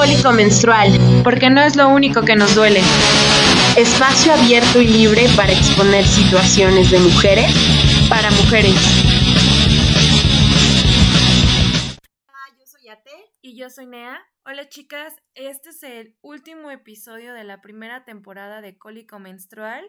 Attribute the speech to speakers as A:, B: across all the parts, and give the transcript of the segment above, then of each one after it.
A: cólico menstrual, porque no es lo único que nos duele. Espacio abierto y libre para exponer situaciones de mujeres para mujeres.
B: Yo soy Ate.
C: Y yo soy Nea. Hola chicas, este es el último episodio de la primera temporada de Cólico Menstrual.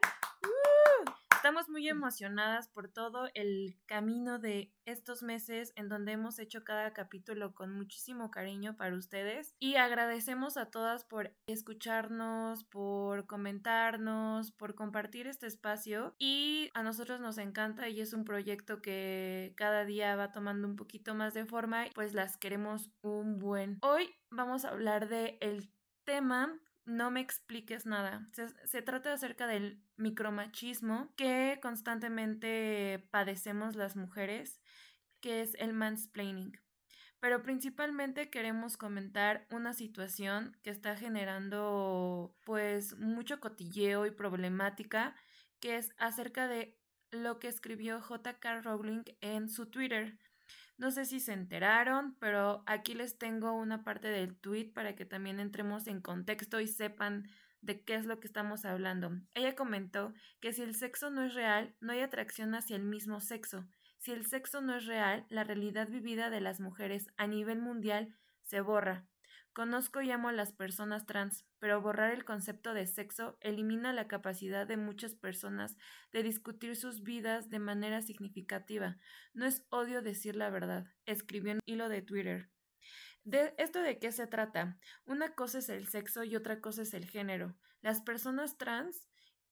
C: Estamos muy emocionadas por todo el camino de estos meses en donde hemos hecho cada capítulo con muchísimo cariño para ustedes y agradecemos a todas por escucharnos, por comentarnos, por compartir este espacio y a nosotros nos encanta y es un proyecto que cada día va tomando un poquito más de forma y pues las queremos un buen. Hoy vamos a hablar de el tema No me expliques nada. Se trata acerca del micromachismo que constantemente padecemos las mujeres, que es el mansplaining. Pero principalmente queremos comentar una situación que está generando pues mucho cotilleo y problemática, que es acerca de lo que escribió J.K. Rowling en su Twitter. No sé si se enteraron, pero aquí les tengo una parte del tweet para que también entremos en contexto y sepan de qué es lo que estamos hablando. Ella comentó que si el sexo no es real, no hay atracción hacia el mismo sexo. Si el sexo no es real, la realidad vivida de las mujeres a nivel mundial se borra. Conozco y amo a las personas trans, pero borrar el concepto de sexo elimina la capacidad de muchas personas de discutir sus vidas de manera significativa. No es odio decir la verdad, escribió en un hilo de Twitter. ¿De esto de qué se trata? Una cosa es el sexo y otra cosa es el género. Las personas trans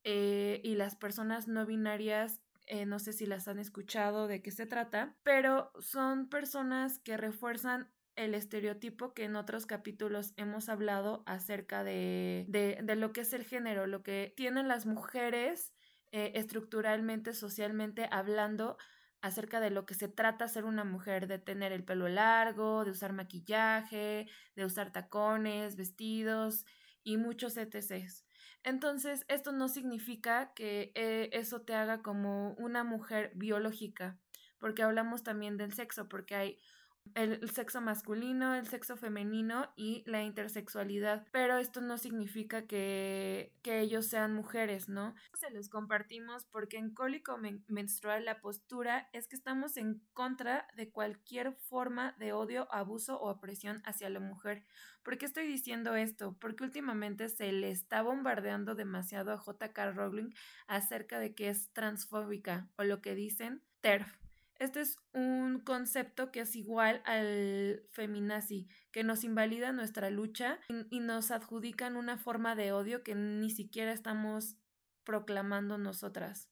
C: y las personas no binarias, no sé si las han escuchado de qué se trata, pero son personas que refuerzan el estereotipo que en otros capítulos hemos hablado acerca de lo que es el género, lo que tienen las mujeres estructuralmente, socialmente hablando acerca de lo que se trata ser una mujer, de tener el pelo largo, de usar maquillaje, de usar tacones, vestidos y muchos ETCs. Entonces, esto no significa que eso te haga como una mujer biológica, porque hablamos también del sexo, porque hay el sexo masculino, el sexo femenino y la intersexualidad, pero esto no significa que ellos sean mujeres, ¿no? Se los compartimos porque en Cólico Menstrual la postura es que estamos en contra de cualquier forma de odio, abuso o opresión hacia la mujer. ¿Por qué estoy diciendo esto? Porque últimamente se le está bombardeando demasiado a J.K. Rowling acerca de que es transfóbica o lo que dicen TERF. Este es un concepto que es igual al feminazi, que nos invalida nuestra lucha y nos adjudican una forma de odio que ni siquiera estamos proclamando nosotras.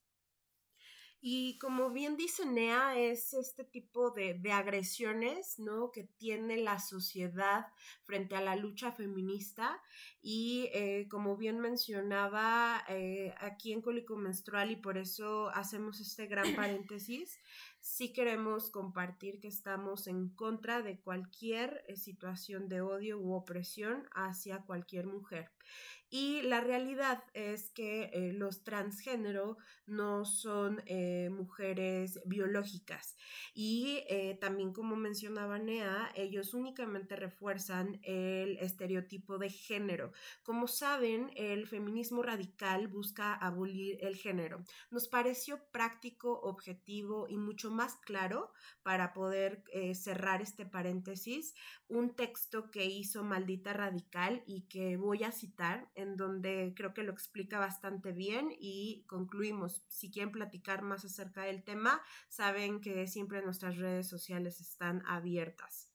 B: Y como bien dice Nea, es este tipo de agresiones, ¿no?, que tiene la sociedad frente a la lucha feminista y como bien mencionaba aquí en Cólico Menstrual, y por eso hacemos este gran paréntesis, sí queremos compartir que estamos en contra de cualquier situación de odio u opresión hacia cualquier mujer. Y la realidad es que los transgénero no son mujeres biológicas y también, como mencionaba Nea, ellos únicamente refuerzan el estereotipo de género. Como saben, el feminismo radical busca abolir el género. Nos pareció práctico, objetivo y mucho más claro para poder cerrar este paréntesis, un texto que hizo Maldita Radical y que voy a citar, en donde creo que lo explica bastante bien y concluimos. Si quieren platicar más acerca del tema, saben que siempre nuestras redes sociales están abiertas.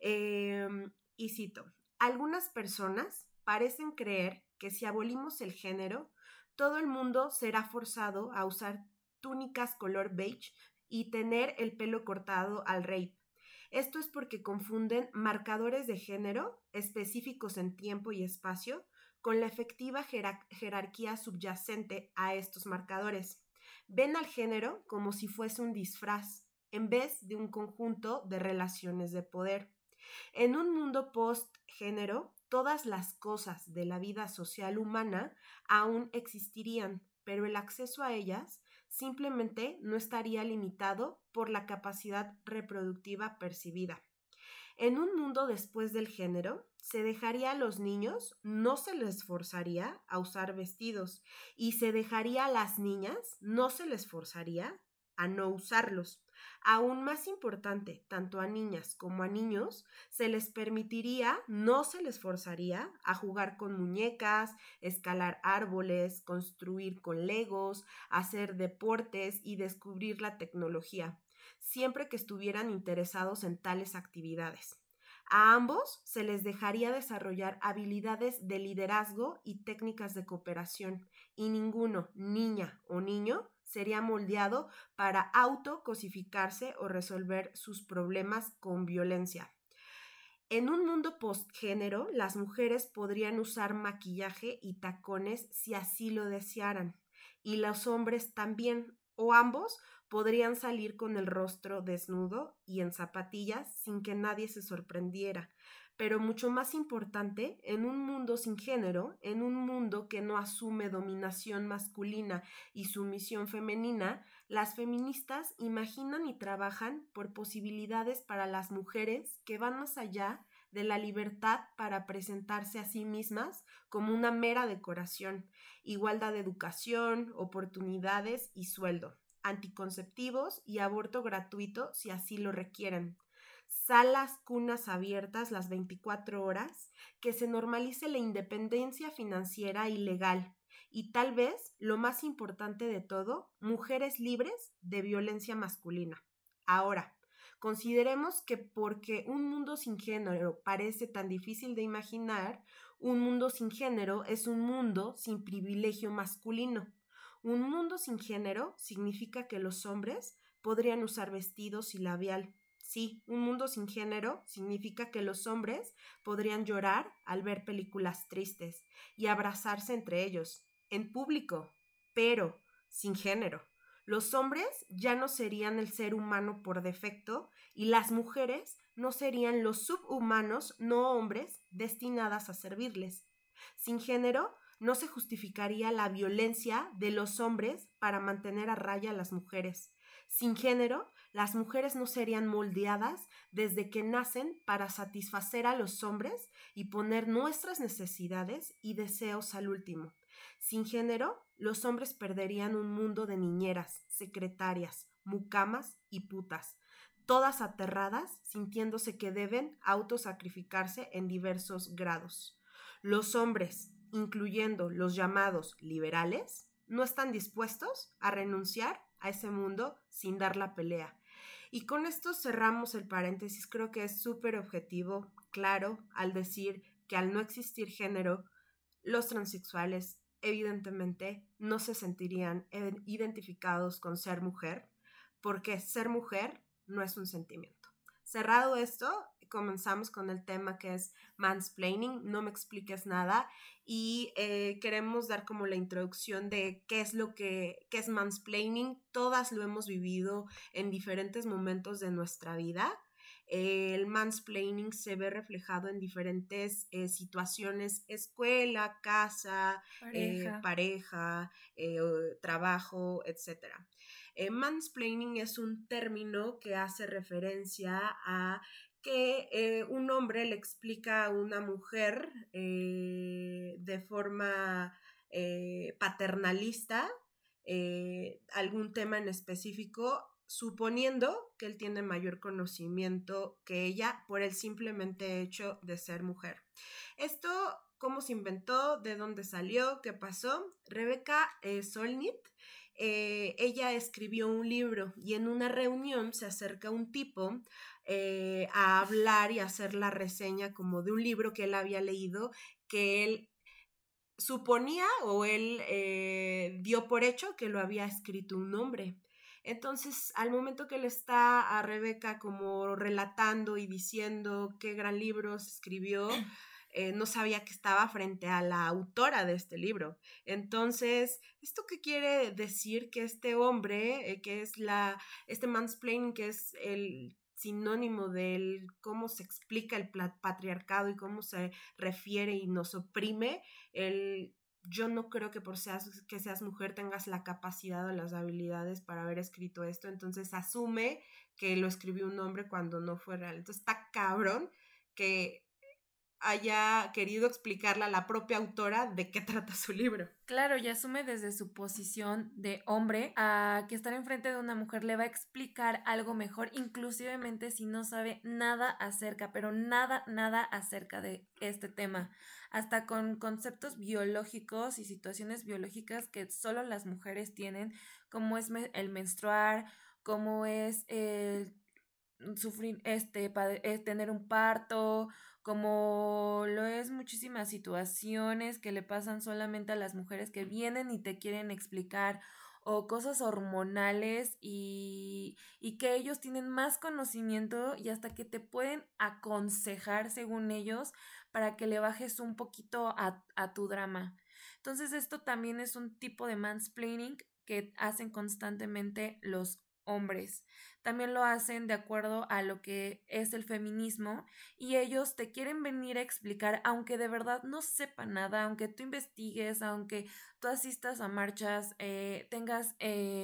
B: Y cito: algunas personas parecen creer que si abolimos el género, todo el mundo será forzado a usar túnicas color beige y tener el pelo cortado al rape. Esto es porque confunden marcadores de género específicos en tiempo y espacio con la efectiva jerarquía subyacente a estos marcadores. Ven al género como si fuese un disfraz, en vez de un conjunto de relaciones de poder. En un mundo post-género, todas las cosas de la vida social humana aún existirían, pero el acceso a ellas simplemente no estaría limitado por la capacidad reproductiva percibida. En un mundo después del género, se dejaría a los niños, no se les forzaría a usar vestidos, y se dejaría a las niñas, no se les forzaría a no usarlos. Aún más importante, tanto a niñas como a niños, se les permitiría, no se les forzaría a jugar con muñecas, escalar árboles, construir con legos, hacer deportes y descubrir la tecnología, siempre que estuvieran interesados en tales actividades. A ambos se les dejaría desarrollar habilidades de liderazgo y técnicas de cooperación, y ninguno, niña o niño, sería moldeado para autocosificarse o resolver sus problemas con violencia. En un mundo postgénero, las mujeres podrían usar maquillaje y tacones si así lo desearan, y los hombres también, o ambos podrían salir con el rostro desnudo y en zapatillas sin que nadie se sorprendiera. Pero mucho más importante, en un mundo sin género, en un mundo que no asume dominación masculina y sumisión femenina, las feministas imaginan y trabajan por posibilidades para las mujeres que van más allá de la libertad para presentarse a sí mismas como una mera decoración, igualdad de educación, oportunidades y sueldo, anticonceptivos y aborto gratuito si así lo requieren, salas cunas abiertas las 24 horas, que se normalice la independencia financiera y legal, y tal vez, lo más importante de todo, mujeres libres de violencia masculina. Ahora, consideremos que porque un mundo sin género parece tan difícil de imaginar, un mundo sin género es un mundo sin privilegio masculino. Un mundo sin género significa que los hombres podrían usar vestidos y labial. Sí, un mundo sin género significa que los hombres podrían llorar al ver películas tristes y abrazarse entre ellos, en público, pero sin género. Los hombres ya no serían el ser humano por defecto y las mujeres no serían los subhumanos no hombres destinadas a servirles. Sin género, no se justificaría la violencia de los hombres para mantener a raya a las mujeres. Sin género, las mujeres no serían moldeadas desde que nacen para satisfacer a los hombres y poner nuestras necesidades y deseos al último. Sin género, los hombres perderían un mundo de niñeras, secretarias, mucamas y putas, todas aterradas, sintiéndose que deben autosacrificarse en diversos grados. Los hombres, incluyendo los llamados liberales, no están dispuestos a renunciar a ese mundo sin dar la pelea. Y con esto cerramos el paréntesis. Creo que es súper objetivo, claro, al decir que al no existir género, los transexuales evidentemente no se sentirían identificados con ser mujer, porque ser mujer no es un sentimiento. Cerrado esto, comenzamos con el tema que es mansplaining, no me expliques nada, y queremos dar como la introducción de qué es mansplaining. Todas lo hemos vivido en diferentes momentos de nuestra vida. El mansplaining se ve reflejado en diferentes situaciones: escuela, casa, pareja, trabajo, etc. Mansplaining es un término que hace referencia a que un hombre le explica a una mujer de forma paternalista algún tema en específico, suponiendo que él tiene mayor conocimiento que ella por el simplemente hecho de ser mujer. Esto, ¿cómo se inventó? ¿De dónde salió? ¿Qué pasó? Rebecca Solnit, ella escribió un libro y en una reunión se acerca un tipo a hablar y a hacer la reseña como de un libro que él había leído, que él suponía o él dio por hecho que lo había escrito un hombre. Entonces, al momento que le está a Rebeca como relatando y diciendo qué gran libro se escribió, no sabía que estaba frente a la autora de este libro. Entonces, ¿esto qué quiere decir? Que este hombre, que es este mansplaining, que es el sinónimo de cómo se explica el patriarcado y cómo se refiere y nos oprime, él yo no creo que que seas mujer tengas la capacidad o las habilidades para haber escrito esto, entonces asume que lo escribió un hombre cuando no fue real. Entonces está cabrón que haya querido explicarle a la propia autora de qué trata su libro.
C: Claro, y asume desde su posición de hombre a que estar enfrente de una mujer le va a explicar algo mejor, inclusivemente si no sabe nada acerca, pero nada acerca de este tema, hasta con conceptos biológicos y situaciones biológicas que solo las mujeres tienen, como es el menstruar, como es el sufrir, tener un parto, como lo es muchísimas situaciones que le pasan solamente a las mujeres que vienen y te quieren explicar, o cosas hormonales y que ellos tienen más conocimiento y hasta que te pueden aconsejar según ellos para que le bajes un poquito a tu drama. Entonces esto también es un tipo de mansplaining que hacen constantemente los hombres. También lo hacen de acuerdo a lo que es el feminismo y ellos te quieren venir a explicar, aunque de verdad no sepan nada, aunque tú investigues, aunque tú asistas a marchas, tengas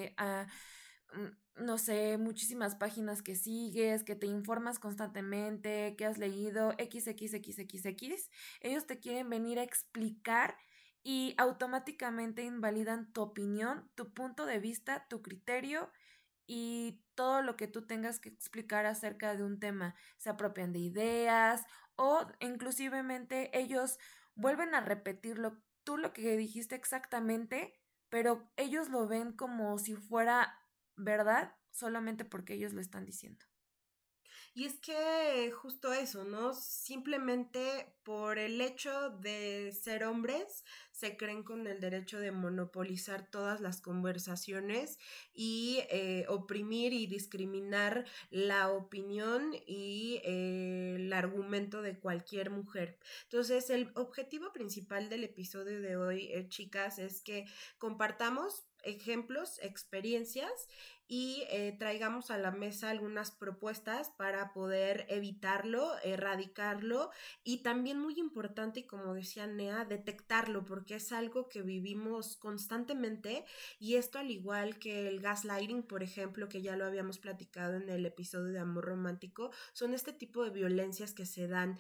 C: no sé, muchísimas páginas que sigues, que te informas constantemente, que has leído, XXXXX, ellos te quieren venir a explicar y automáticamente invalidan tu opinión, tu punto de vista, tu criterio y todo lo que tú tengas que explicar acerca de un tema. Se apropian de ideas o inclusivemente ellos vuelven a repetirlo, tú lo que dijiste exactamente, pero ellos lo ven como si fuera verdad solamente porque ellos lo están diciendo.
B: Y es que justo eso, ¿no? Simplemente por el hecho de ser hombres, se creen con el derecho de monopolizar todas las conversaciones y oprimir y discriminar la opinión y el argumento de cualquier mujer. Entonces, el objetivo principal del episodio de hoy, chicas, es que compartamos ejemplos, experiencias y traigamos a la mesa algunas propuestas para poder evitarlo, erradicarlo y también muy importante, como decía Nea, detectarlo porque es algo que vivimos constantemente y esto al igual que el gaslighting, por ejemplo, que ya lo habíamos platicado en el episodio de Amor Romántico, son este tipo de violencias que se dan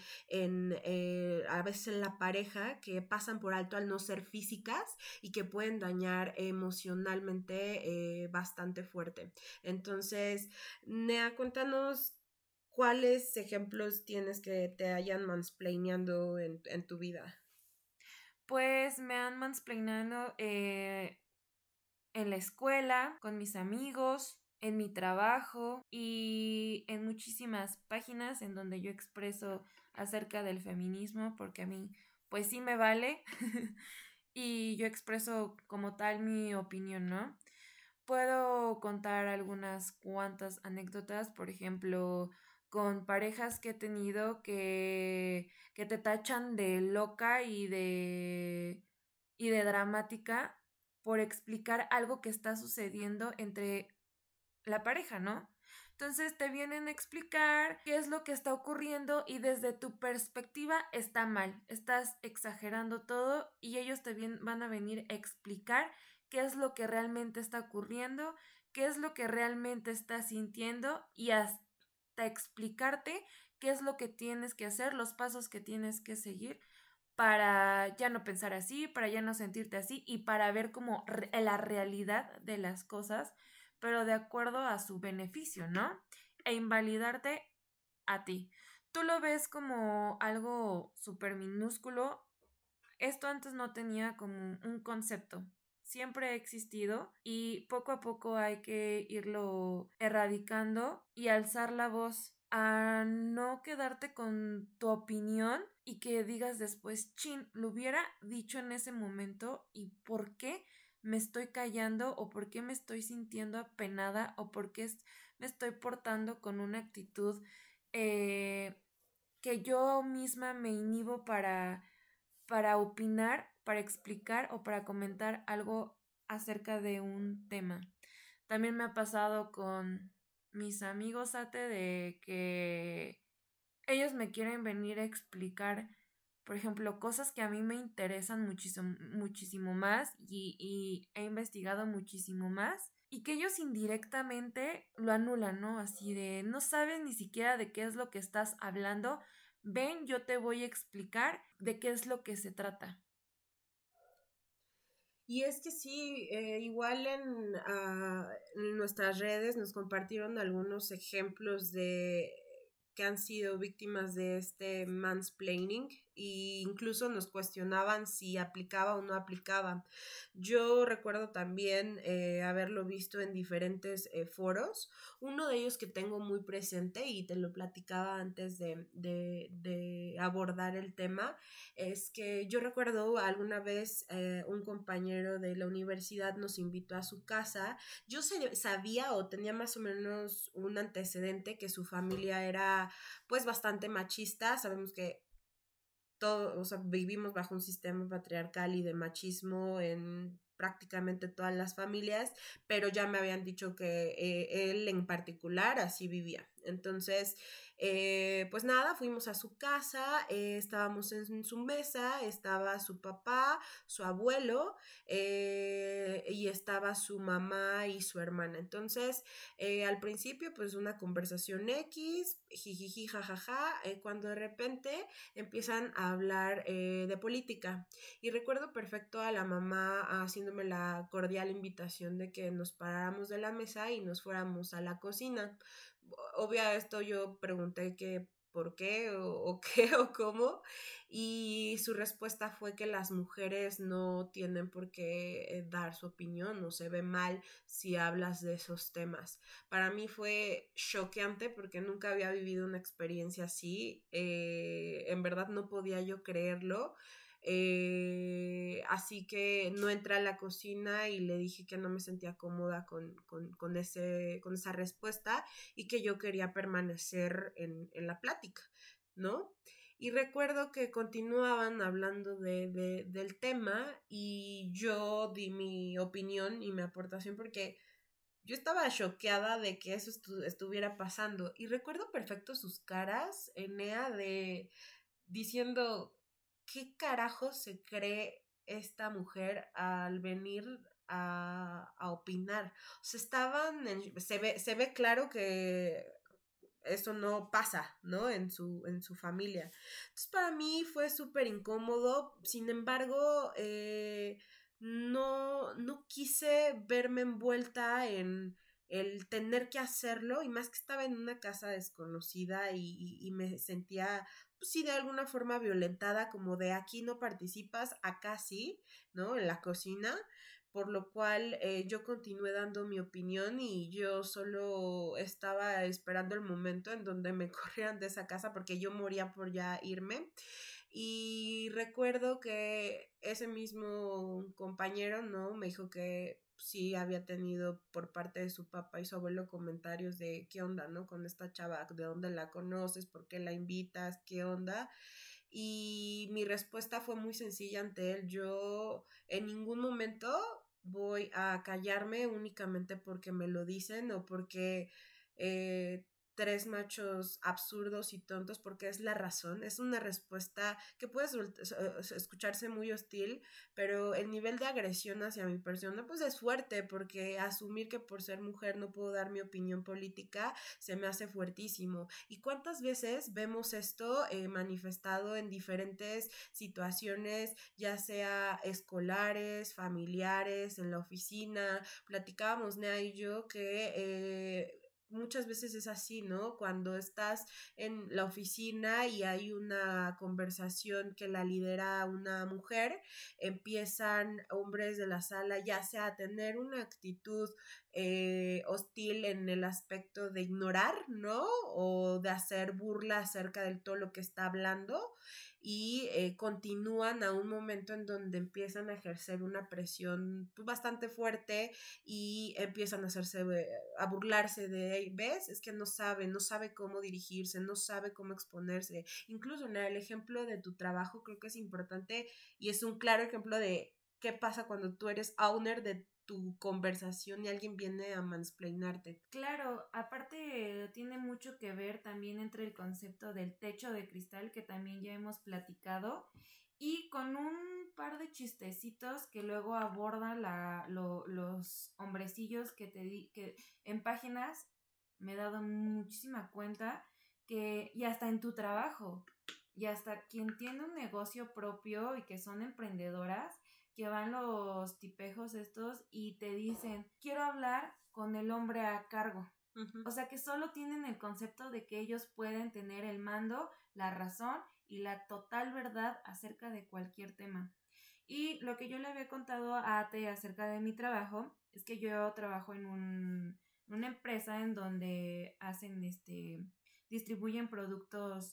B: a veces en la pareja que pasan por alto al no ser físicas y que pueden dañar emocionalmente bastante fuerte. Entonces, Nea, cuéntanos cuáles ejemplos tienes que te hayan mansplaineando en tu vida.
C: Pues me han mansplainado en la escuela, con mis amigos, en mi trabajo y en muchísimas páginas en donde yo expreso acerca del feminismo porque a mí pues sí me vale y yo expreso como tal mi opinión, ¿no? Puedo contar algunas cuantas anécdotas, por ejemplo, con parejas que he tenido que te tachan de loca y de dramática por explicar algo que está sucediendo entre la pareja, ¿no? Entonces te vienen a explicar qué es lo que está ocurriendo y desde tu perspectiva está mal, estás exagerando todo y ellos van a venir a explicar qué es lo que realmente está ocurriendo, qué es lo que realmente estás sintiendo y hasta explicarte qué es lo que tienes que hacer, los pasos que tienes que seguir para ya no pensar así, para ya no sentirte así y para ver como la realidad de las cosas, pero de acuerdo a su beneficio, ¿no? E invalidarte a ti. Tú lo ves como algo súper minúsculo. Esto antes no tenía como un concepto. Siempre ha existido y poco a poco hay que irlo erradicando y alzar la voz a no quedarte con tu opinión y que digas después, chin, lo hubiera dicho en ese momento y por qué me estoy callando o por qué me estoy sintiendo apenada o por qué me estoy portando con una actitud que yo misma me inhibo para opinar, para explicar o para comentar algo acerca de un tema. También me ha pasado con mis amigos, Ate, de que ellos me quieren venir a explicar por ejemplo, cosas que a mí me interesan muchísimo más y he investigado muchísimo más y que ellos indirectamente lo anulan, ¿no? Así de, no sabes ni siquiera de qué es lo que estás hablando, ven, yo te voy a explicar de qué es lo que se trata.
B: Y es que sí, igual en nuestras redes nos compartieron algunos ejemplos de que han sido víctimas de este mansplaining e incluso nos cuestionaban si aplicaba o no aplicaba. Yo recuerdo también haberlo visto en diferentes foros. Uno de ellos que tengo muy presente y te lo platicaba antes de abordar el tema es que yo recuerdo alguna vez un compañero de la universidad nos invitó a su casa. Yo sabía o tenía más o menos un antecedente que su familia era pues bastante machista. Sabemos que todo, o sea, vivimos bajo un sistema patriarcal y de machismo en prácticamente todas las familias, pero ya me habían dicho que él en particular así vivía. Entonces, pues nada, fuimos a su casa, estábamos en su mesa, estaba su papá, su abuelo, y estaba su mamá y su hermana. Entonces, al principio, pues una conversación X, jijiji, jajaja, cuando de repente empiezan a hablar de política. Y recuerdo perfecto a la mamá haciéndome la cordial invitación de que nos paráramos de la mesa y nos fuéramos a la cocina. Obvio esto yo pregunté que por qué o qué o cómo y su respuesta fue que las mujeres no tienen por qué dar su opinión, no se ve mal si hablas de esos temas. Para mí fue choqueante porque nunca había vivido una experiencia así, en verdad no podía yo creerlo. Así que no entré a la cocina y le dije que no me sentía cómoda con esa respuesta y que yo quería permanecer en la plática, ¿no? Y recuerdo que continuaban hablando del tema y yo di mi opinión y mi aportación porque yo estaba choqueada de que eso estuviera pasando. Y recuerdo perfecto sus caras, Enea, de diciendo, ¿qué carajo se cree esta mujer al venir a opinar? O sea, se ve claro que eso no pasa, ¿no? En su familia. Entonces, para mí fue súper incómodo. Sin embargo, no quise verme envuelta en el tener que hacerlo, y más que estaba en una casa desconocida y me sentía, pues sí, de alguna forma violentada, como de aquí no participas, acá sí, ¿no? En la cocina, por lo cual yo continué dando mi opinión y yo solo estaba esperando el momento en donde me corrieran de esa casa porque yo moría por ya irme. Y recuerdo que ese mismo compañero, ¿no? Me dijo que sí había tenido por parte de su papá y su abuelo comentarios de qué onda, ¿no? Con esta chava, de dónde la conoces, por qué la invitas, qué onda. Y mi respuesta fue muy sencilla ante él. Yo en ningún momento voy a callarme únicamente porque me lo dicen o porque eh, tres machos absurdos y tontos, porque es la razón. Es una respuesta que puede escucharse muy hostil, pero el nivel de agresión hacia mi persona pues es fuerte, porque asumir que por ser mujer no puedo dar mi opinión política se me hace fuertísimo. ¿Y cuántas veces vemos esto manifestado en diferentes situaciones, ya sea escolares, familiares, en la oficina? Platicábamos Nea y yo que muchas veces es así, ¿no? Cuando estás en la oficina y hay una conversación que la lidera una mujer, empiezan hombres de la sala ya sea a tener una actitud hostil en el aspecto de ignorar, ¿no? O de hacer burla acerca de todo lo que está hablando, y continúan a un momento en donde empiezan a ejercer una presión bastante fuerte y empiezan a burlarse de, ¿ves? Es que no sabe cómo dirigirse, no sabe cómo exponerse. Incluso en el ejemplo de tu trabajo creo que es importante y es un claro ejemplo de qué pasa cuando tú eres owner de tu conversación y alguien viene a mansplainarte.
C: Claro, aparte tiene mucho que ver también entre el concepto del techo de cristal, que también ya hemos platicado, y con un par de chistecitos que luego abordan los hombrecillos que en páginas me he dado muchísima cuenta que, y hasta en tu trabajo, y hasta quien tiene un negocio propio y que son emprendedoras, que van los tipejos estos y te dicen, quiero hablar con el hombre a cargo.
B: Uh-huh.
C: O sea que solo tienen el concepto de que ellos pueden tener el mando, la razón y la total verdad acerca de cualquier tema. Y lo que yo le había contado a Ate acerca de mi trabajo es que yo trabajo en una empresa en donde hacen distribuyen productos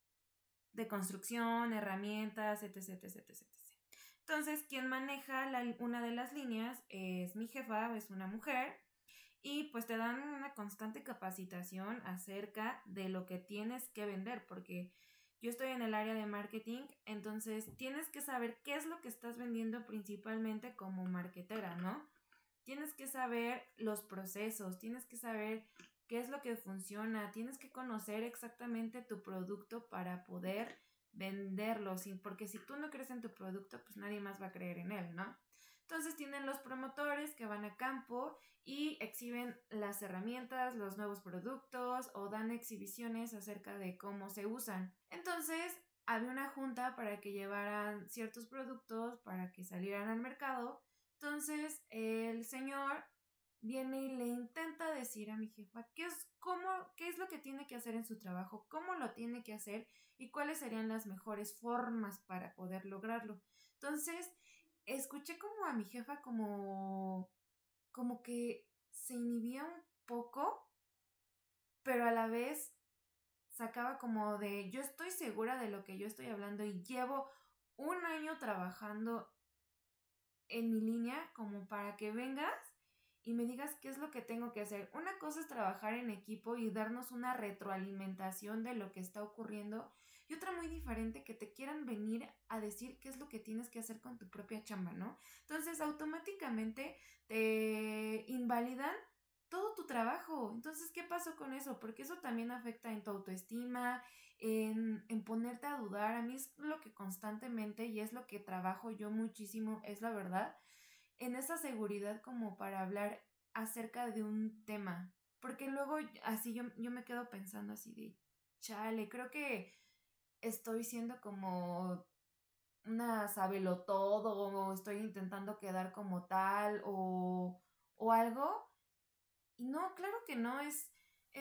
C: de construcción, herramientas, etc, etc, etc. Entonces, quien maneja una de las líneas es mi jefa, es una mujer, y pues te dan una constante capacitación acerca de lo que tienes que vender, porque yo estoy en el área de marketing, entonces tienes que saber qué es lo que estás vendiendo principalmente como marketera, ¿no? Tienes que saber los procesos, tienes que saber qué es lo que funciona, tienes que conocer exactamente tu producto para poder venderlo, porque si tú no crees en tu producto, pues nadie más va a creer en él, ¿no? Entonces tienen los promotores que van a campo y exhiben las herramientas, los nuevos productos o dan exhibiciones acerca de cómo se usan. Entonces había una junta para que llevaran ciertos productos para que salieran al mercado. Entonces el señor viene y le intenta decir a mi jefa qué es lo que tiene que hacer en su trabajo, cómo lo tiene que hacer y cuáles serían las mejores formas para poder lograrlo. Entonces, escuché como a mi jefa como que se inhibía un poco, pero a la vez sacaba como de, yo estoy segura de lo que yo estoy hablando y llevo 1 año trabajando en mi línea como para que vengas y me digas qué es lo que tengo que hacer. Una cosa es trabajar en equipo y darnos una retroalimentación de lo que está ocurriendo y otra muy diferente que te quieran venir a decir qué es lo que tienes que hacer con tu propia chamba, ¿no? Entonces automáticamente te invalidan todo tu trabajo. Entonces, ¿qué pasó con eso? Porque eso también afecta en tu autoestima, en ponerte a dudar. A mí es lo que constantemente y es lo que trabajo yo muchísimo, es la verdad, en esa seguridad como para hablar acerca de un tema. Porque luego así yo me quedo pensando así de, chale, creo que estoy siendo como una sabelotodo o estoy intentando quedar como tal o algo. Y no, claro que no, es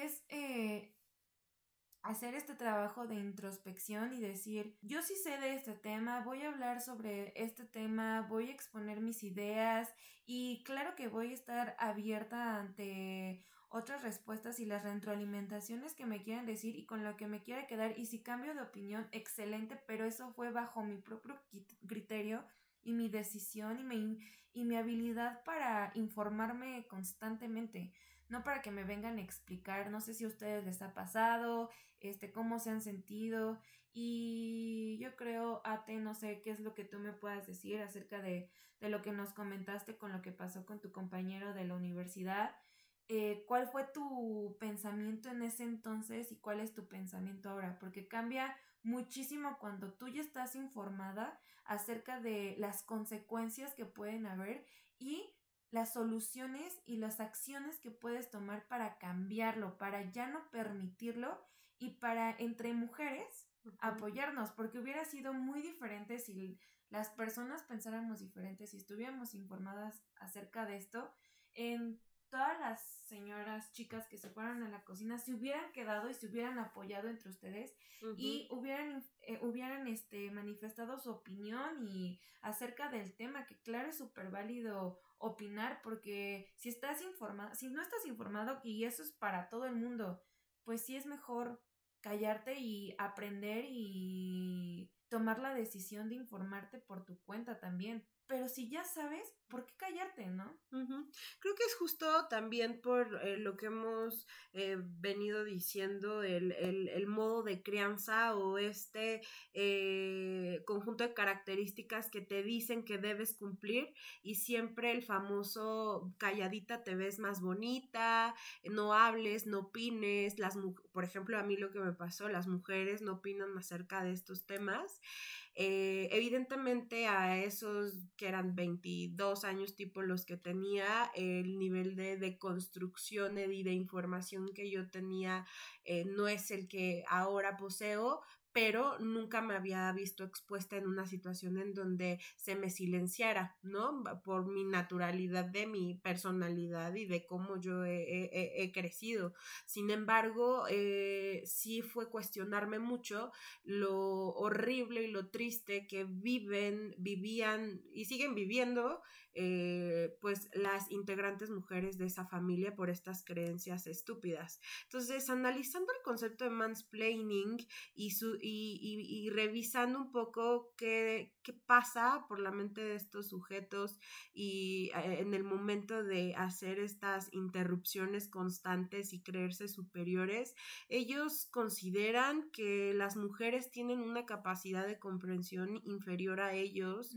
C: hacer este trabajo de introspección y decir, yo sí sé de este tema, voy a hablar sobre este tema, voy a exponer mis ideas y claro que voy a estar abierta ante otras respuestas y las retroalimentaciones que me quieran decir y con lo que me quiera quedar y si cambio de opinión, excelente, pero eso fue bajo mi propio criterio y mi decisión y mi habilidad para informarme constantemente, no para que me vengan a explicar, no sé si a ustedes les ha pasado, cómo se han sentido y yo creo, Ate, no sé qué es lo que tú me puedas decir acerca de lo que nos comentaste con lo que pasó con tu compañero de la universidad. ¿Cuál fue tu pensamiento en ese entonces y cuál es tu pensamiento ahora? Porque cambia muchísimo cuando tú ya estás informada acerca de las consecuencias que pueden haber y las soluciones y las acciones que puedes tomar para cambiarlo, para ya no permitirlo y para entre mujeres apoyarnos, porque hubiera sido muy diferente si las personas pensáramos diferentes, si estuviéramos informadas acerca de esto. En todas las señoras chicas que se fueron a la cocina se hubieran quedado y se hubieran apoyado entre ustedes y hubieran manifestado su opinión y acerca del tema, que claro es súper válido opinar, porque si no estás informado, y eso es para todo el mundo, pues sí es mejor callarte y aprender y tomar la decisión de informarte por tu cuenta también. Pero si ya sabes, ¿por qué callarte, no?
B: Uh-huh. Creo que es justo también por lo que hemos venido diciendo, el modo de crianza o conjunto de características que te dicen que debes cumplir, y siempre el famoso calladita te ves más bonita, no hables, no opines. Por ejemplo, a mí lo que me pasó, las mujeres no opinan acerca de estos temas. Evidentemente a esos que eran 22 años tipo los que tenía, el nivel de construcción y de información que yo tenía no es el que ahora poseo, pero nunca me había visto expuesta en una situación en donde se me silenciara, ¿no? Por mi naturalidad, de mi personalidad y de cómo yo he crecido. Sin embargo, sí fue cuestionarme mucho lo horrible y lo triste que vivían y siguen viviendo pues las integrantes mujeres de esa familia por estas creencias estúpidas. Entonces, analizando el concepto de mansplaining y revisando un poco qué pasa por la mente de estos sujetos y en el momento de hacer estas interrupciones constantes y creerse superiores, ellos consideran que las mujeres tienen una capacidad de comprensión inferior a ellos,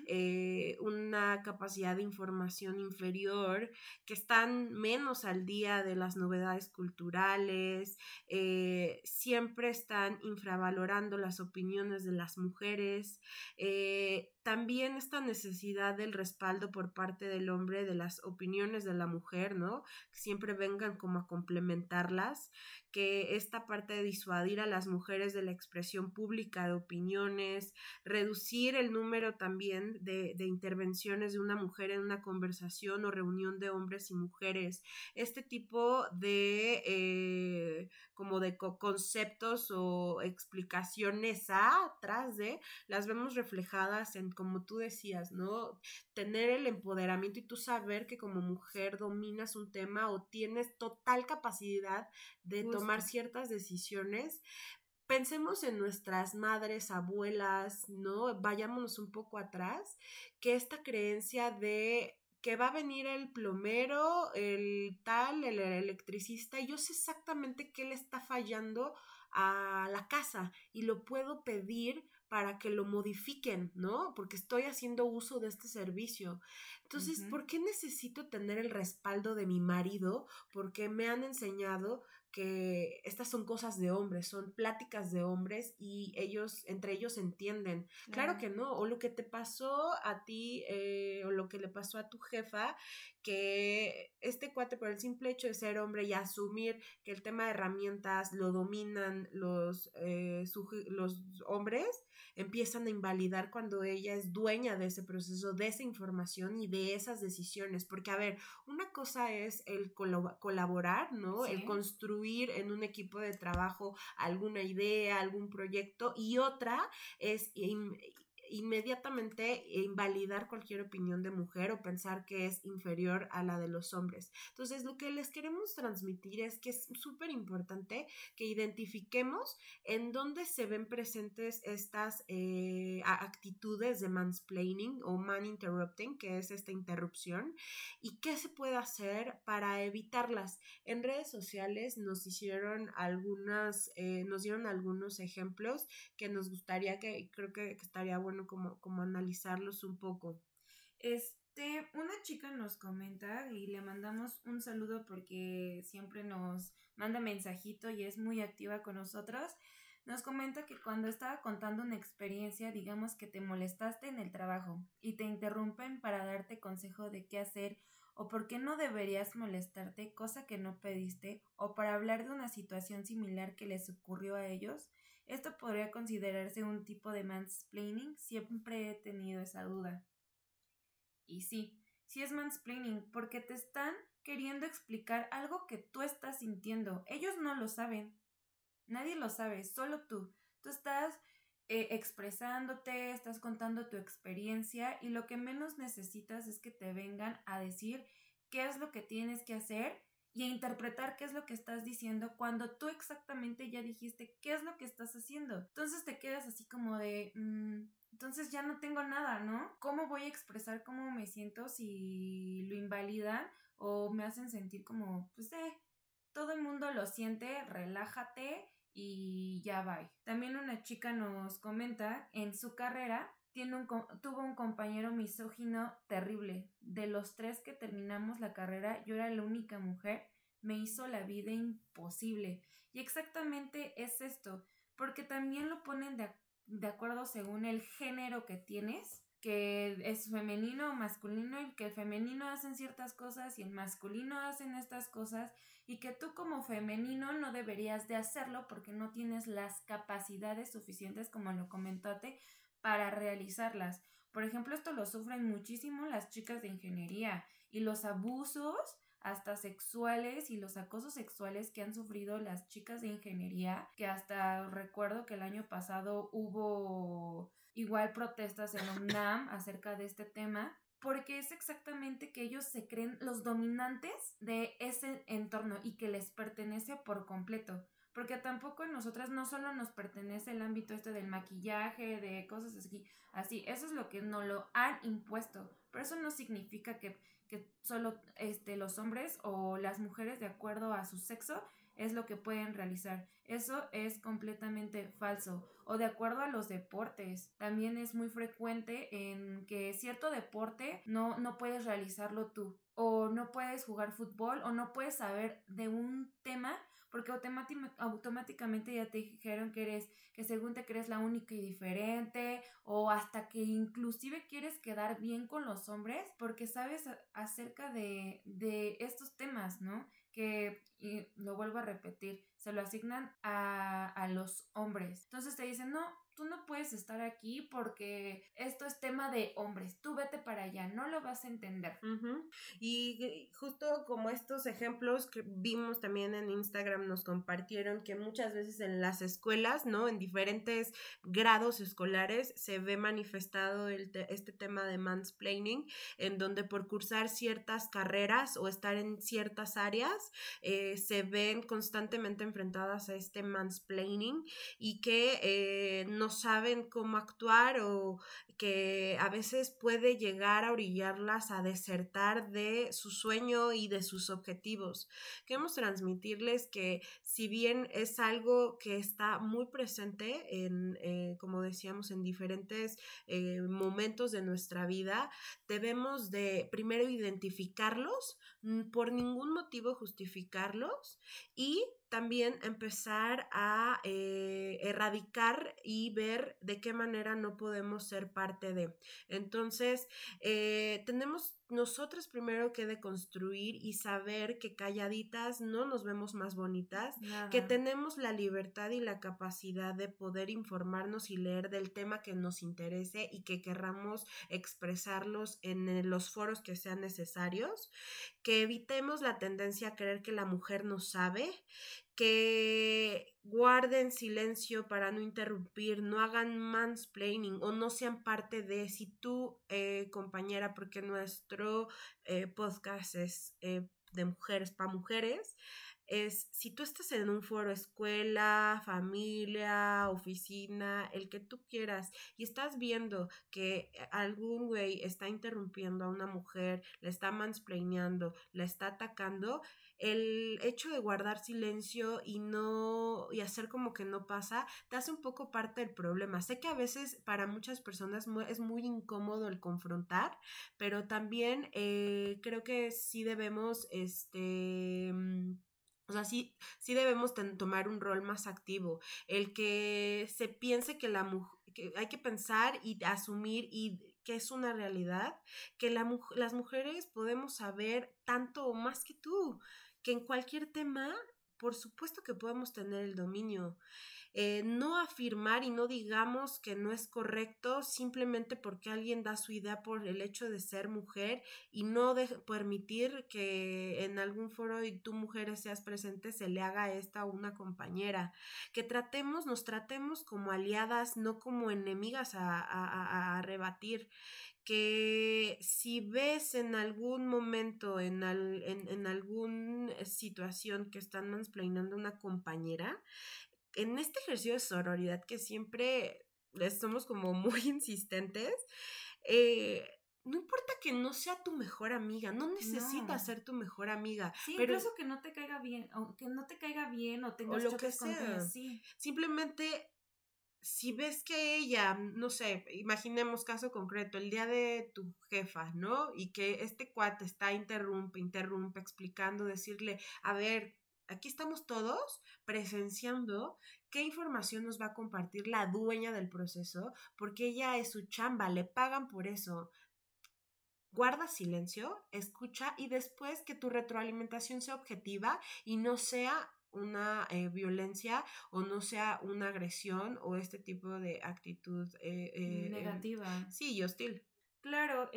B: una capacidad de información inferior, que están menos al día de las novedades culturales, siempre están infravalorando las opiniones de las mujeres, también esta necesidad del respaldo por parte del hombre de las opiniones de la mujer, ¿no? Que siempre vengan como a complementarlas, que esta parte de disuadir a las mujeres de la expresión pública de opiniones, reducir el número también de intervenciones de una mujer en una conversación o reunión de hombres y mujeres, este tipo de como de conceptos o explicaciones atrás de, las vemos reflejadas en, como tú decías, ¿no? Tener el empoderamiento y tú saber que como mujer dominas un tema o tienes total capacidad de tomar ciertas decisiones. Pensemos en nuestras madres, abuelas, ¿no? Vayámonos un poco atrás, que esta creencia de que va a venir el plomero, el electricista, y yo sé exactamente qué le está fallando a la casa y lo puedo pedir para que lo modifiquen, ¿no? Porque estoy haciendo uso de este servicio. Entonces, ¿por qué necesito tener el respaldo de mi marido? Porque me han enseñado que estas son cosas de hombres, son pláticas de hombres y entre ellos entienden. Claro que no, o lo que te pasó a ti, o lo que le pasó a tu jefa, que este cuate por el simple hecho de ser hombre y asumir que el tema de herramientas lo dominan los hombres, empiezan a invalidar cuando ella es dueña de ese proceso, de esa información y de esas decisiones, porque a ver, una cosa es el colaborar, ¿no? Sí. El construir en un equipo de trabajo alguna idea, algún proyecto, y otra es inmediatamente invalidar cualquier opinión de mujer o pensar que es inferior a la de los hombres. Entonces, lo que les queremos transmitir es que es súper importante que identifiquemos en dónde se ven presentes estas actitudes de mansplaining o man interrupting, que es esta interrupción, y qué se puede hacer para evitarlas. En redes sociales nos dieron algunos ejemplos que nos gustaría, que creo que estaría bueno como analizarlos un poco.
C: Una chica nos comenta y le mandamos un saludo porque siempre nos manda mensajito y es muy activa con nosotros. Nos comenta que cuando estaba contando una experiencia, digamos que te molestaste en el trabajo y te interrumpen para darte consejo de qué hacer o por qué no deberías molestarte, cosa que no pediste, o para hablar de una situación similar que les ocurrió a ellos. Esto podría considerarse un tipo de mansplaining. Siempre he tenido esa duda. Y sí es mansplaining porque te están queriendo explicar algo que tú estás sintiendo. Ellos no lo saben. Nadie lo sabe, solo tú. Tú estás expresándote, estás contando tu experiencia y lo que menos necesitas es que te vengan a decir qué es lo que tienes que hacer y a interpretar qué es lo que estás diciendo cuando tú exactamente ya dijiste qué es lo que estás haciendo. Entonces te quedas así como de, entonces ya no tengo nada, ¿no? ¿Cómo voy a expresar cómo me siento si lo invalidan o me hacen sentir como, pues, todo el mundo lo siente, relájate y ya va? También una chica nos comenta, en su carrera tuvo un compañero misógino terrible. De los 3 que terminamos la carrera, yo era la única mujer. Me hizo la vida imposible. Y exactamente es esto, porque también lo ponen de acuerdo según el género que tienes, que es femenino o masculino, y que el femenino hacen ciertas cosas y el masculino hacen estas cosas, y que tú como femenino no deberías de hacerlo porque no tienes las capacidades suficientes, como lo comentate, para realizarlas. Por ejemplo, esto lo sufren muchísimo las chicas de ingeniería, y los abusos hasta sexuales y los acosos sexuales que han sufrido las chicas de ingeniería, que hasta recuerdo que el año pasado hubo igual protestas en UNAM acerca de este tema, porque es exactamente que ellos se creen los dominantes de ese entorno y que les pertenece por completo. Porque tampoco a nosotras no solo nos pertenece el ámbito del maquillaje, de cosas así, eso es lo que nos lo han impuesto, pero eso no significa que solo los hombres o las mujeres de acuerdo a su sexo es lo que pueden realizar. Eso es completamente falso. O de acuerdo a los deportes, también es muy frecuente en que cierto deporte no puedes realizarlo tú, o no puedes jugar fútbol, o no puedes saber de un tema porque automáticamente ya te dijeron que según te crees la única y diferente, o hasta que inclusive quieres quedar bien con los hombres porque sabes acerca de estos temas, ¿no? Que, y lo vuelvo a repetir, se lo asignan a los hombres. Entonces te dicen, no, tú no puedes estar aquí porque esto es tema de hombres, tú vete para allá, no lo vas a entender.
B: Y justo como estos ejemplos que vimos también en Instagram, nos compartieron que muchas veces en las escuelas, ¿no? En diferentes grados escolares se ve manifestado este tema de mansplaining, en donde por cursar ciertas carreras o estar en ciertas áreas se ven constantemente enfrentadas a este mansplaining, y que no saben cómo actuar, o que a veces puede llegar a orillarlas a desertar de su sueño y de sus objetivos. Queremos transmitirles que si bien es algo que está muy presente como decíamos, en diferentes momentos de nuestra vida, debemos de primero identificarlos, por ningún motivo justificarlos, y también empezar a erradicar y ver de qué manera no podemos ser parte de. Entonces, tenemos nosotras primero que deconstruir y saber que calladitas no nos vemos más bonitas, que tenemos la libertad y la capacidad de poder informarnos y leer del tema que nos interese y que querramos expresarlos en los foros que sean necesarios, que evitemos la tendencia a creer que la mujer no sabe, que guarden silencio para no interrumpir, no hagan mansplaining o no sean parte de. Si tú, compañera, porque nuestro podcast es de mujeres para mujeres, si tú estás en un foro, escuela, familia, oficina, el que tú quieras, y estás viendo que algún güey está interrumpiendo a una mujer, la está mansplaineando, la está atacando, el hecho de guardar silencio y hacer como que no pasa, te hace un poco parte del problema. Sé que a veces para muchas personas es muy incómodo el confrontar, pero también creo que sí debemos o sea, sí debemos tomar un rol más activo. El que se piense que que hay que pensar y asumir y que es una realidad, que las mujeres podemos saber tanto o más que tú, que en cualquier tema, por supuesto que podemos tener el dominio. No afirmar y no digamos que no es correcto simplemente porque alguien da su idea por el hecho de ser mujer, y no permitir que en algún foro y tú, mujeres, seas presente, se le haga esta a una compañera. Que nos tratemos como aliadas, no como enemigas a rebatir. que si ves en algún momento, en alguna situación que están mansplainando a una compañera, en este ejercicio de sororidad que siempre somos como muy insistentes, no importa que no sea tu mejor amiga, no necesitas ser tu mejor amiga.
C: Sí,
B: pero
C: incluso que no te caiga bien, o que no te caiga bien, o tengas
B: lo que
C: choques con
B: sea.
C: ella, sí.
B: Simplemente, si ves que ella, no sé, imaginemos caso concreto, el día de tu jefa, ¿no? Y que este cuate está interrumpe, explicando, decirle, a ver, aquí estamos todos presenciando qué información nos va a compartir la dueña del proceso, porque ella es su chamba, le pagan por eso. Guarda silencio, escucha y después que tu retroalimentación sea objetiva y no sea una violencia o no sea una agresión o este tipo de actitud
C: negativa.
B: Sí, y hostil.
C: Claro,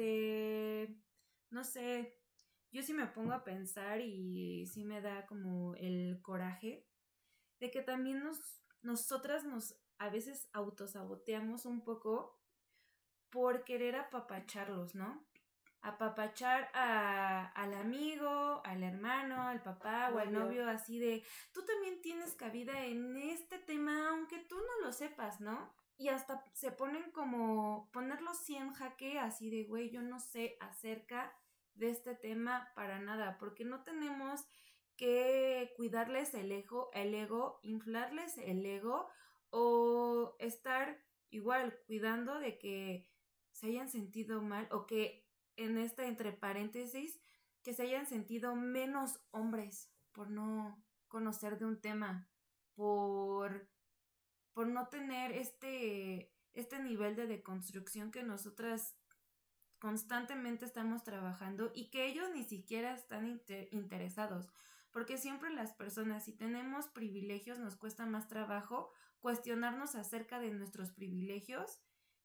C: no sé, yo sí me pongo a pensar y sí me da como el coraje de que también nosotras a veces autosaboteamos un poco por querer apapacharlos, ¿no? Apapachar al amigo, al hermano, al papá o al novio, así de, tú también tienes cabida en este tema, aunque tú no lo sepas, ¿no? Y hasta se ponen como, ponerlos sí en jaque, así de, güey, yo no sé acerca de este tema para nada, porque no tenemos que cuidarles el ego, inflarles el ego o estar igual cuidando de que se hayan sentido mal o que en esta entre paréntesis que se hayan sentido menos hombres por no conocer de un tema, por no tener este nivel de deconstrucción que nosotras constantemente estamos trabajando y que ellos ni siquiera están interesados, porque siempre las personas, si tenemos privilegios, nos cuesta más trabajo cuestionarnos acerca de nuestros privilegios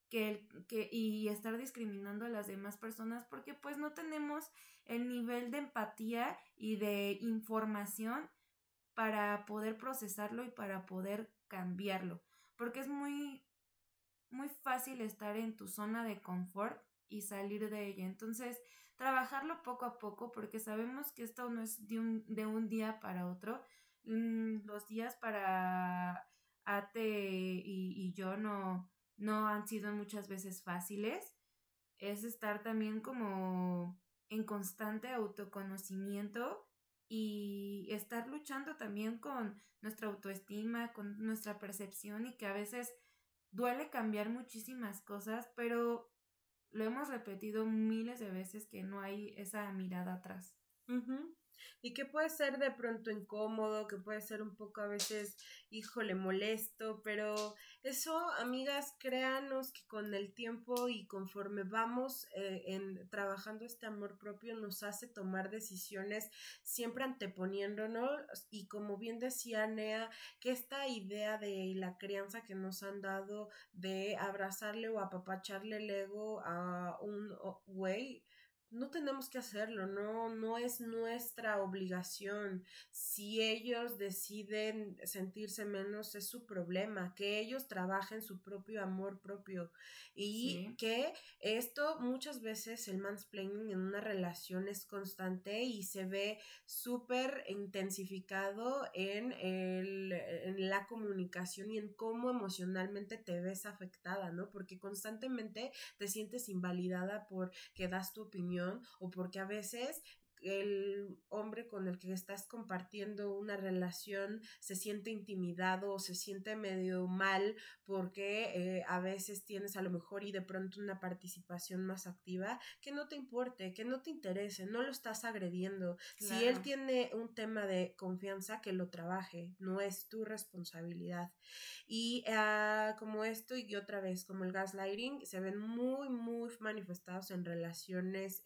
C: y estar discriminando a las demás personas porque pues no tenemos el nivel de empatía y de información para poder procesarlo y para poder cambiarlo, porque es muy muy fácil estar en tu zona de confort y salir de ella. Entonces, trabajarlo poco a poco, porque sabemos que esto no es de un día para otro. Los días para Ate y yo no han sido muchas veces fáciles. Es estar también como en constante autoconocimiento y estar luchando también con nuestra autoestima, con nuestra percepción y que a veces duele cambiar muchísimas cosas, pero lo hemos repetido miles de veces que no hay esa mirada atrás.
B: Uh-huh. Y que puede ser de pronto incómodo, que puede ser un poco a veces, híjole, molesto, pero eso, amigas, créanos que con el tiempo y conforme vamos trabajando este amor propio nos hace tomar decisiones siempre anteponiéndonos y como bien decía Nea, que esta idea de la crianza que nos han dado de abrazarle o apapacharle el ego a un güey, no tenemos que hacerlo, no es nuestra obligación. Si ellos deciden sentirse menos, es su problema, que ellos trabajen su propio amor propio y que esto muchas veces el mansplaining en una relación es constante y se ve súper intensificado en la comunicación y en cómo emocionalmente te ves afectada, ¿no? Porque constantemente te sientes invalidada porque das tu opinión o porque a veces el hombre con el que estás compartiendo una relación se siente intimidado o se siente medio mal porque a veces tienes a lo mejor y de pronto una participación más activa, que no te importe, que no te interese, no lo estás agrediendo. Claro. Si él tiene un tema de confianza, que lo trabaje, no es tu responsabilidad. Y como esto y otra vez, como el gaslighting, se ven muy, muy manifestados en relaciones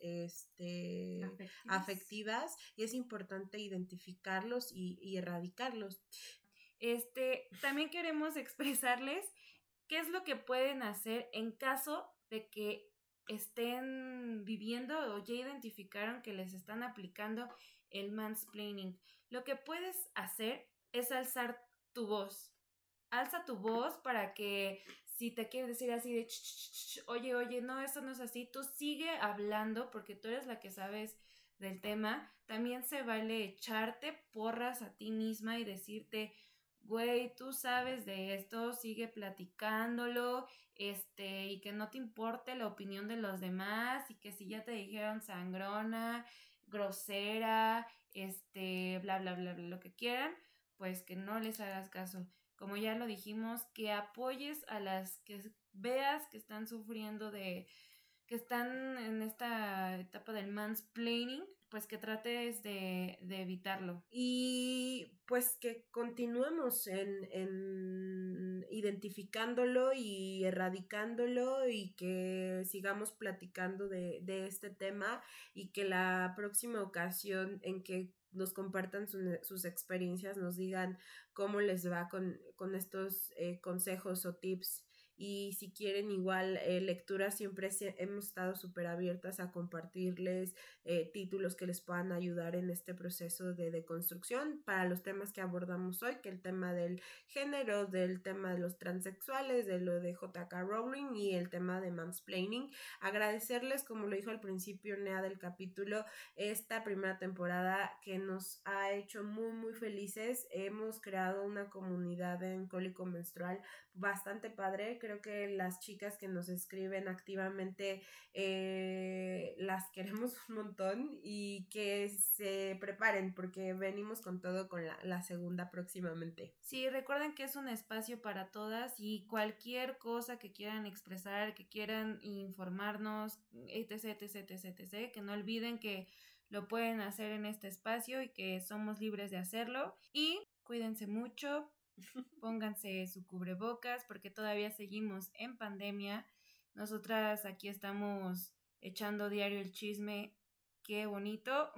B: afectivas y es importante identificarlos y erradicarlos.
C: También queremos expresarles qué es lo que pueden hacer en caso de que estén viviendo o ya identificaron que les están aplicando el mansplaining. Lo que puedes hacer es alzar tu voz. Alza tu voz para que si te quiere decir así de, oye, no, eso no es así, tú sigue hablando porque tú eres la que sabes del tema. También se vale echarte porras a ti misma y decirte, güey, tú sabes de esto, sigue platicándolo, y que no te importe la opinión de los demás, y que si ya te dijeron sangrona, grosera, bla, bla, bla, bla, lo que quieran, pues que no les hagas caso. Como ya lo dijimos, que apoyes a las que veas que están sufriendo que están en esta etapa del mansplaining, pues que trates de evitarlo.
B: Y pues que continuemos en identificándolo y erradicándolo, y que sigamos platicando de este tema, y que la próxima ocasión en que nos compartan sus experiencias nos digan cómo les va con estos consejos o tips. Y si quieren igual lecturas, siempre hemos estado súper abiertas a compartirles títulos que les puedan ayudar en este proceso de deconstrucción para los temas que abordamos hoy, que el tema del género, del tema de los transexuales, de lo de J.K. Rowling y el tema de mansplaining. Agradecerles, como lo dijo al principio Nea del capítulo, esta primera temporada que nos ha hecho muy muy felices. Hemos creado una comunidad en Cólico Menstrual bastante padre. Creo que las chicas que nos escriben activamente las queremos un montón, y que se preparen porque venimos con todo con la segunda próximamente.
C: Sí, recuerden que es un espacio para todas, y cualquier cosa que quieran expresar, que quieran informarnos, etc, que no olviden que lo pueden hacer en este espacio y que somos libres de hacerlo. Y cuídense mucho. Pónganse su cubrebocas porque todavía seguimos en pandemia. Nosotras aquí estamos echando diario el chisme, qué bonito.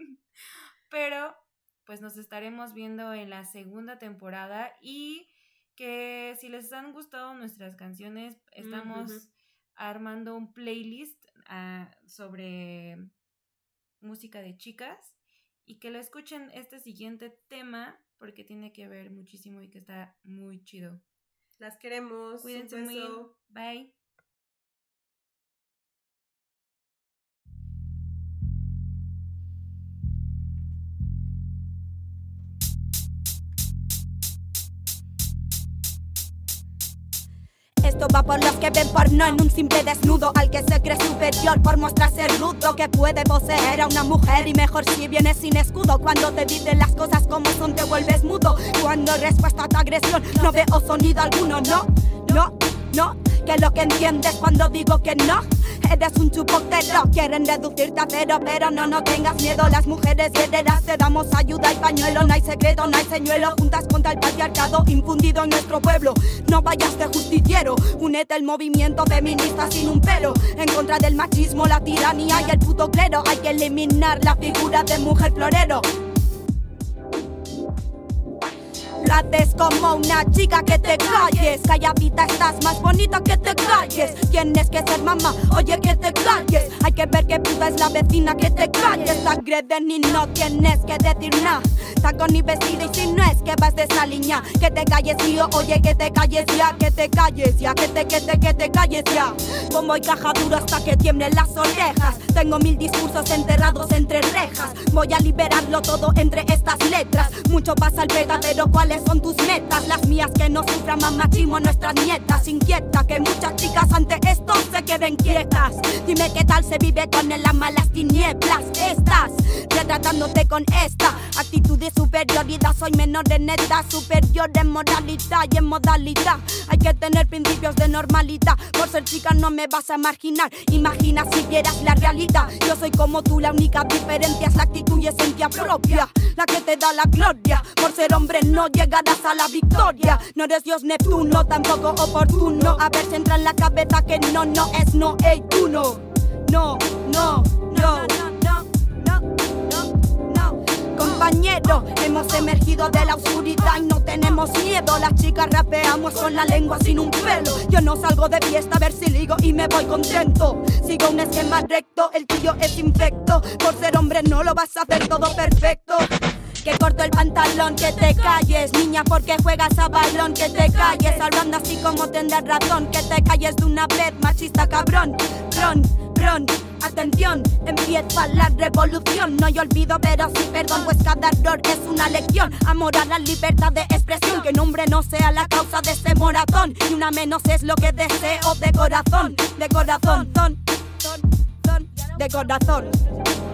C: Pero pues nos estaremos viendo en la segunda temporada, y que si les han gustado nuestras canciones, estamos armando un playlist sobre música de chicas, y que lo escuchen este siguiente tema porque tiene que ver muchísimo y que está muy chido.
B: Las queremos.
C: Cuídense muy. Bye.
D: Esto va por los que ven porno en un simple desnudo, al que se cree superior por mostrarse rudo, que puede poseer a una mujer, y mejor si vienes sin escudo. Cuando te dicen las cosas como son te vuelves mudo. Cuando respuesta a tu agresión no veo sonido alguno. No, que lo que entiendes cuando digo que no. Eres un chupotero, quieren reducirte a cero, pero no tengas miedo. Las mujeres guerreras te damos ayuda y pañuelo. No hay secreto, no hay señuelo, juntas contra el patriarcado infundido en nuestro pueblo. No vayas de justiciero, únete al movimiento feminista sin un pelo. En contra del machismo, la tiranía y el puto clero. Hay que eliminar la figura de mujer florero. Haces como una chica, que te calles. Calladita estás más bonita, que te calles. Tienes que ser mamá, oye, que te calles. Hay que ver qué puta es la vecina, que te calles. Te agreden y no tienes que decir nada. Taco ni vestido, y si no es que vas de esa línea, que te calles, tío, oye, que te calles ya. Que te calles ya, que te calles ya. Como hay caja dura hasta que tiemblen las orejas. Tengo 1000 discursos enterrados entre rejas. Voy a liberarlo todo entre estas letras. Mucho pasa al beta, pero ¿cuáles son tus metas? Las mías, que no sufran más machismo nuestras nietas. Inquieta que muchas chicas ante esto se queden quietas. Dime qué tal se vive con las malas tinieblas. Estás retratándote con esta actitud de superioridad. Soy menor en edad, superior en moralidad y en modalidad. Hay que tener principios de normalidad. Por ser chica no me vas a marginar. Imagina si vieras la realidad. Yo soy como tú, la única diferencia es la actitud y esencia propia, la que te da la gloria. Por ser hombre no llegarás a la victoria. No eres Dios Neptuno, tampoco oportuno. A ver si entra en la cabeza que no es no, ey, tú no. No. Compañero, hemos emergido de la oscuridad y no tenemos miedo. Las chicas rapeamos con la lengua sin un pelo. Yo no salgo de fiesta a ver si ligo y me voy contento. Sigo un esquema recto, el tuyo es infecto. Por ser hombre no lo vas a hacer todo perfecto. que corto el pantalón, que te calles. Niña, porque juegas a balón, que te calles. Hablando así como tendrás razón, que te calles de una vez, machista cabrón. Ron, atención, empieza la revolución. No hay olvido, pero sí perdón, pues cada error es una lección. Amor a la libertad de expresión, que un hombre no sea la causa de ese moratón. Y una menos es lo que deseo de corazón, de corazón, de corazón.